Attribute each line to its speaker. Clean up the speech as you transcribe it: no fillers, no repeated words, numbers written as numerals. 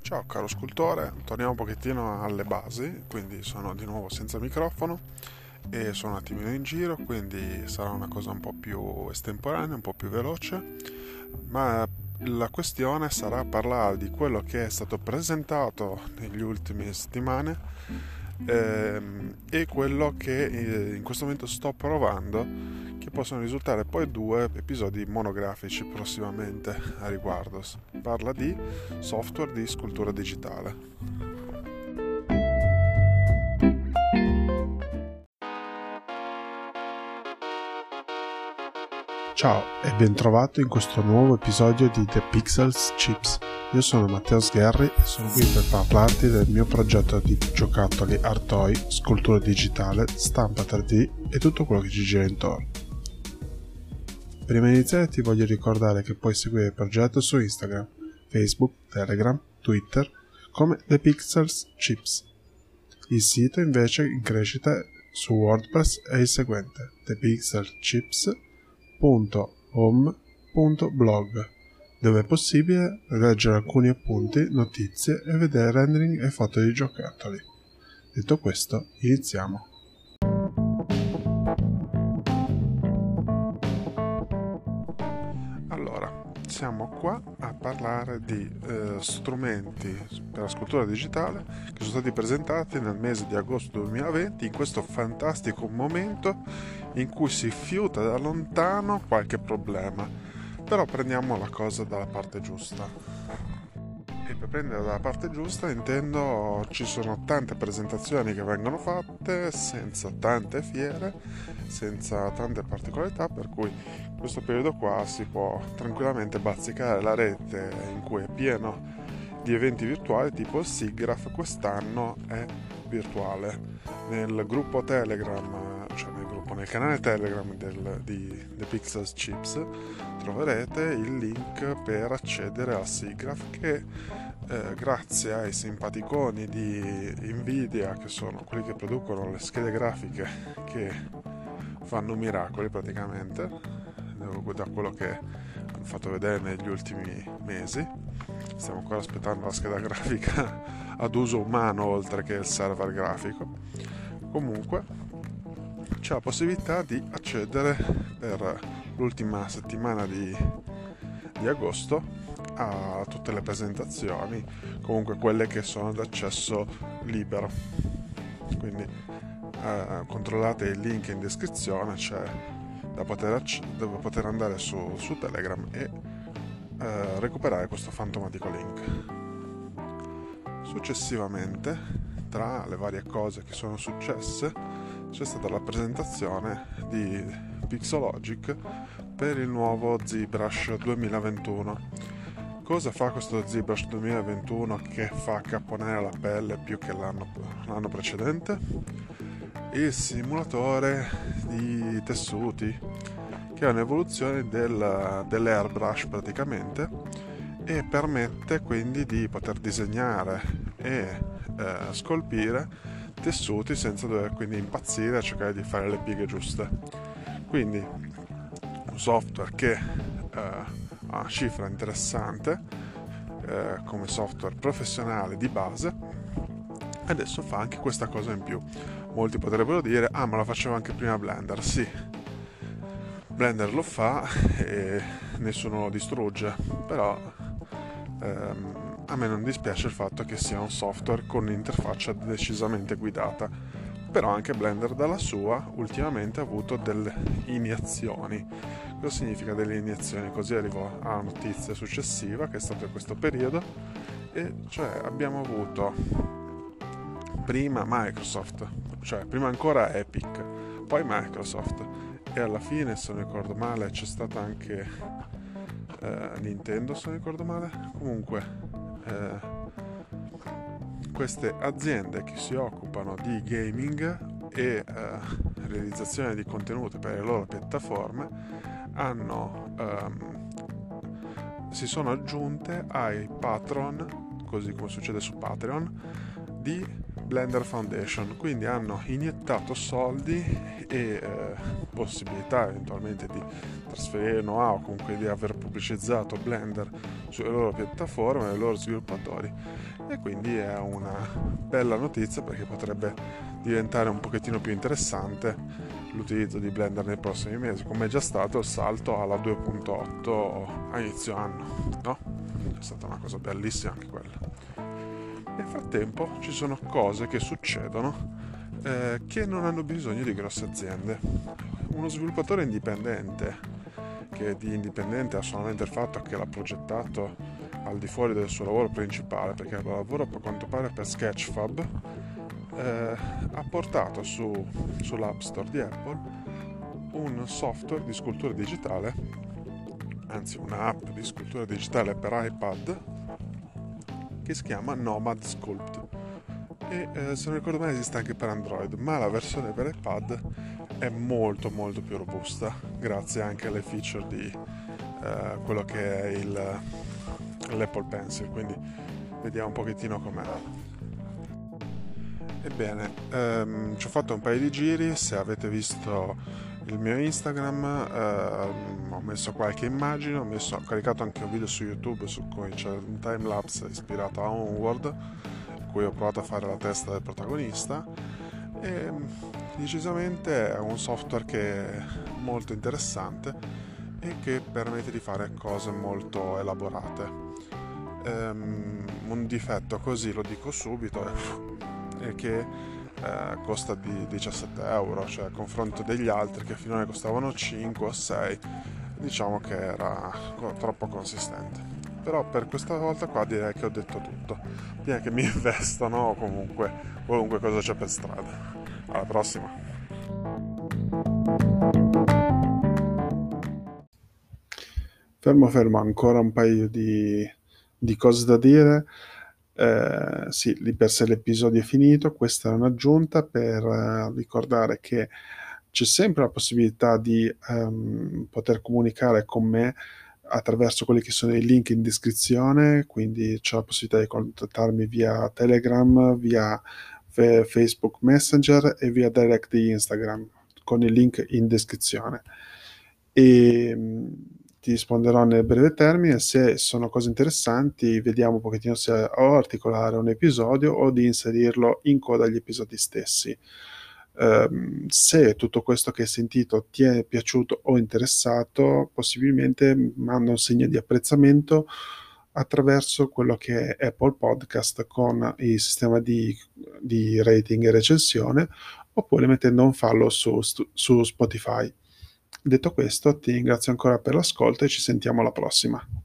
Speaker 1: Ciao caro scultore, torniamo un pochettino alle basi, quindi sono di nuovo senza microfono e sono un attimino in giro, quindi sarà una cosa un po' più estemporanea, un po' più veloce, ma la questione sarà parlare di quello che è stato presentato negli ultimi settimane e quello che in questo momento sto provando, che possono risultare poi due episodi monografici prossimamente a riguardo. Parla di software di scultura digitale. Ciao e ben trovato in questo nuovo episodio di The Pixels Chips. Io sono Matteo Sgherri e sono qui per parlarti del mio progetto di giocattoli art toy, scultura digitale, stampa 3D e tutto quello che ci gira intorno. Prima di iniziare ti voglio ricordare che puoi seguire il progetto su Instagram, Facebook, Telegram, Twitter come The Pixels Chips. Il sito invece in crescita su WordPress è il seguente: thepixelchips.home.blog, dove è possibile leggere alcuni appunti, notizie e vedere rendering e foto di giocattoli. Detto questo, iniziamo. Allora, siamo qua a parlare di strumenti per la scultura digitale che sono stati presentati nel mese di agosto 2020, in questo fantastico momento in cui si fiuta da lontano qualche problema. Però prendiamo la cosa dalla parte giusta. E per prendere dalla parte giusta intendo ci sono tante presentazioni che vengono fatte senza tante fiere, senza tante particolarità, per cui in questo periodo qua si può tranquillamente bazzicare la rete in cui è pieno di eventi virtuali, tipo il SIGGRAPH quest'anno è virtuale. Nel gruppo Telegram, nel canale Telegram di The Pixels Chips troverete il link per accedere al SIGGRAPH che grazie ai simpaticoni di Nvidia, che sono quelli che producono le schede grafiche che fanno miracoli praticamente, da quello che hanno fatto vedere negli ultimi mesi. Stiamo ancora aspettando la scheda grafica ad uso umano oltre che il server grafico. Comunque c'è la possibilità di accedere per l'ultima settimana di agosto a tutte le presentazioni, comunque quelle che sono ad accesso libero. Quindi controllate il link in descrizione, c'è dove poter andare su Telegram e recuperare questo fantomatico link. Successivamente, tra le varie cose che sono successe, c'è stata la presentazione di Pixologic per il nuovo ZBrush 2021. Cosa fa questo ZBrush 2021 che fa accapponare la pelle più che l'anno precedente? Il simulatore di tessuti, che è un'evoluzione dell'airbrush praticamente, e permette quindi di poter disegnare e scolpire tessuti senza dover quindi impazzire a cercare di fare le pieghe giuste. Quindi un software che ha una cifra interessante come software professionale di base, adesso fa anche questa cosa in più. Molti potrebbero dire: ah, ma lo faceva anche prima Blender. Sì, Blender lo fa e nessuno lo distrugge, però a me non dispiace il fatto che sia un software con un'interfaccia decisamente guidata. Però anche Blender dalla sua ultimamente ha avuto delle iniezioni. Cosa significa delle iniezioni? Così arrivo alla notizia successiva, che è stato in questo periodo, e cioè abbiamo avuto prima Microsoft, cioè prima ancora Epic, poi Microsoft, e alla fine, se non ricordo male, c'è stata anche Nintendo, se non ricordo male. Comunque queste aziende che si occupano di gaming e realizzazione di contenuti per le loro piattaforme si sono aggiunte ai patron, così come succede su Patreon, di Blender Foundation, quindi hanno iniettato soldi e possibilità eventualmente di trasferire know-how, comunque di aver pubblicizzato Blender sulle loro piattaforme, ai loro sviluppatori, e quindi è una bella notizia perché potrebbe diventare un pochettino più interessante l'utilizzo di Blender nei prossimi mesi, come è già stato il salto alla 2.8 a inizio anno, no? È stata una cosa bellissima anche quella. Nel frattempo ci sono cose che succedono che non hanno bisogno di grosse aziende. Uno sviluppatore indipendente, che di indipendente ha solamente il fatto che l'ha progettato al di fuori del suo lavoro principale, perché lavora a quanto pare per Sketchfab, ha portato sull'App Store di Apple un software di scrittura digitale, anzi un'app di scrittura digitale per iPad che si chiama Nomad Sculpt, e se non ricordo male esiste anche per Android, ma la versione per iPad è molto molto più robusta grazie anche alle feature di quello che è l'Apple Pencil, quindi vediamo un pochettino com'è. Ebbene, ci ho fatto un paio di giri. Se avete visto il mio Instagram, ho messo qualche immagine, ho caricato anche un video su YouTube su cui c'è un timelapse ispirato a Onward, in cui ho provato a fare la testa del protagonista, e decisamente è un software che è molto interessante e che permette di fare cose molto elaborate. Un difetto, così lo dico subito, è che costa di 17 euro, cioè a confronto degli altri che finora costavano 5 o 6, diciamo che era troppo consistente. Però per questa volta qua direi che ho detto tutto, prima che mi investono o comunque qualunque cosa c'è per strada. Alla prossima. Fermo, ancora un paio di cose da dire. Sì, di per sé l'episodio è finito. Questa è un'aggiunta per ricordare che c'è sempre la possibilità di poter comunicare con me attraverso quelli che sono i link in descrizione, quindi c'è la possibilità di contattarmi via Telegram, via Facebook Messenger e via direct di Instagram con il link in descrizione. E ti risponderò nel breve termine. Se sono cose interessanti, vediamo un pochettino se o articolare un episodio o di inserirlo in coda agli episodi stessi. Se tutto questo che hai sentito ti è piaciuto o interessato, possibilmente manda un segno di apprezzamento attraverso quello che è Apple Podcast con il sistema di rating e recensione, oppure mettendo un follow su Spotify. Detto questo, ti ringrazio ancora per l'ascolto e ci sentiamo alla prossima.